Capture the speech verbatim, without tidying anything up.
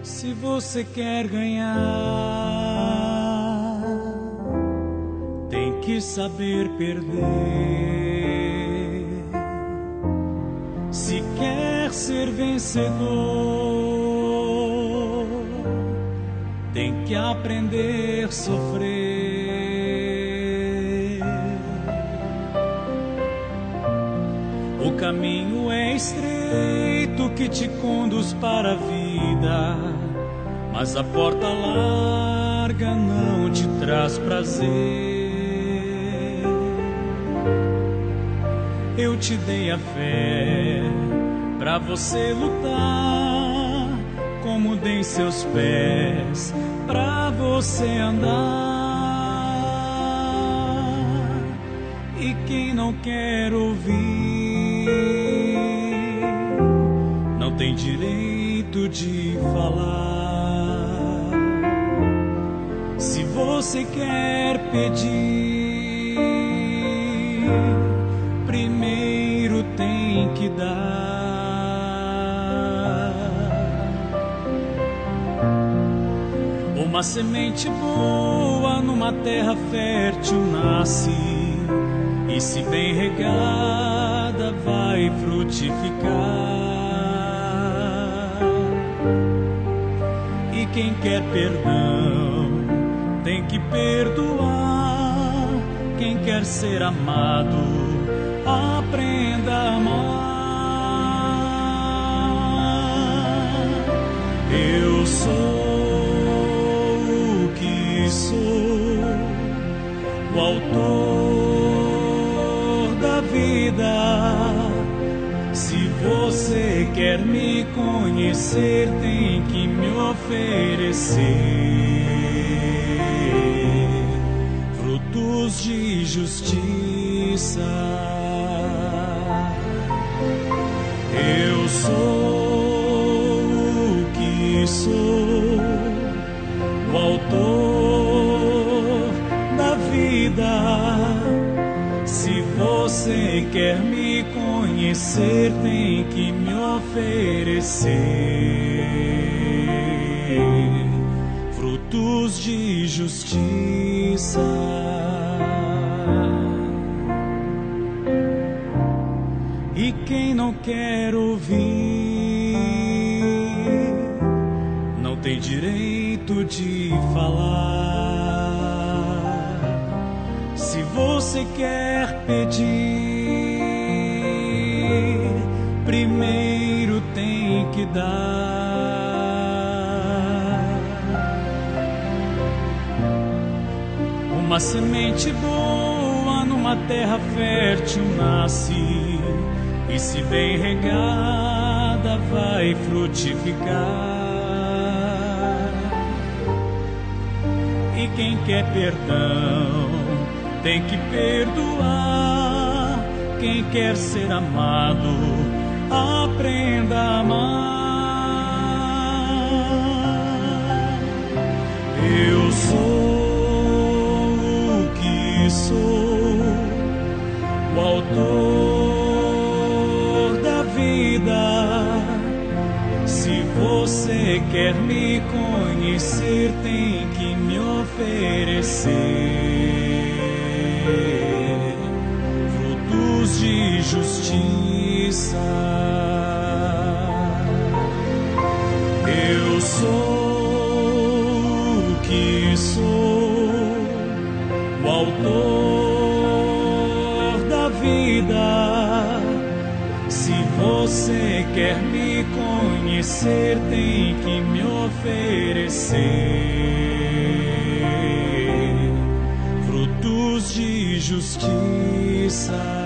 Se você quer ganhar, tem que saber perder. Se quer ser vencedor, tem que aprender a sofrer. O caminho é estreito que te conduz para a vida, mas a porta larga não te traz prazer. Eu te dei a fé pra você lutar, como dei seus pés pra você andar. E quem não quer ouvir não tem direito de falar. Se você quer pedir, primeiro tem que dar. Uma semente boa numa terra fértil nasce, e se bem regada vai frutificar. E quem quer perdão tem que perdoar. Quem quer ser amado, aprenda a amar. Eu sou o que sou, o autor da vida. Se você quer me conhecer, tem que me oferecer frutos de justiça. Eu sou o que sou, o autor da vida. Se você quer me conhecer, tem que me oferecer frutos de justiça. E quem não quer ouvir não tem direito de falar. Se você quer pedir, primeiro tem que dar. Uma semente boa numa terra fértil nasce, e se bem regada vai frutificar. E quem quer perdão tem que perdoar. Quem quer ser amado, aprenda a amar. Eu sou o que sou, o autor da vida. Se você quer me conhecer, tem que me oferecer frutos de justiça. Eu sou o que sou, o autor da vida. Se você quer me conhecer, tem que me oferecer frutos de justiça.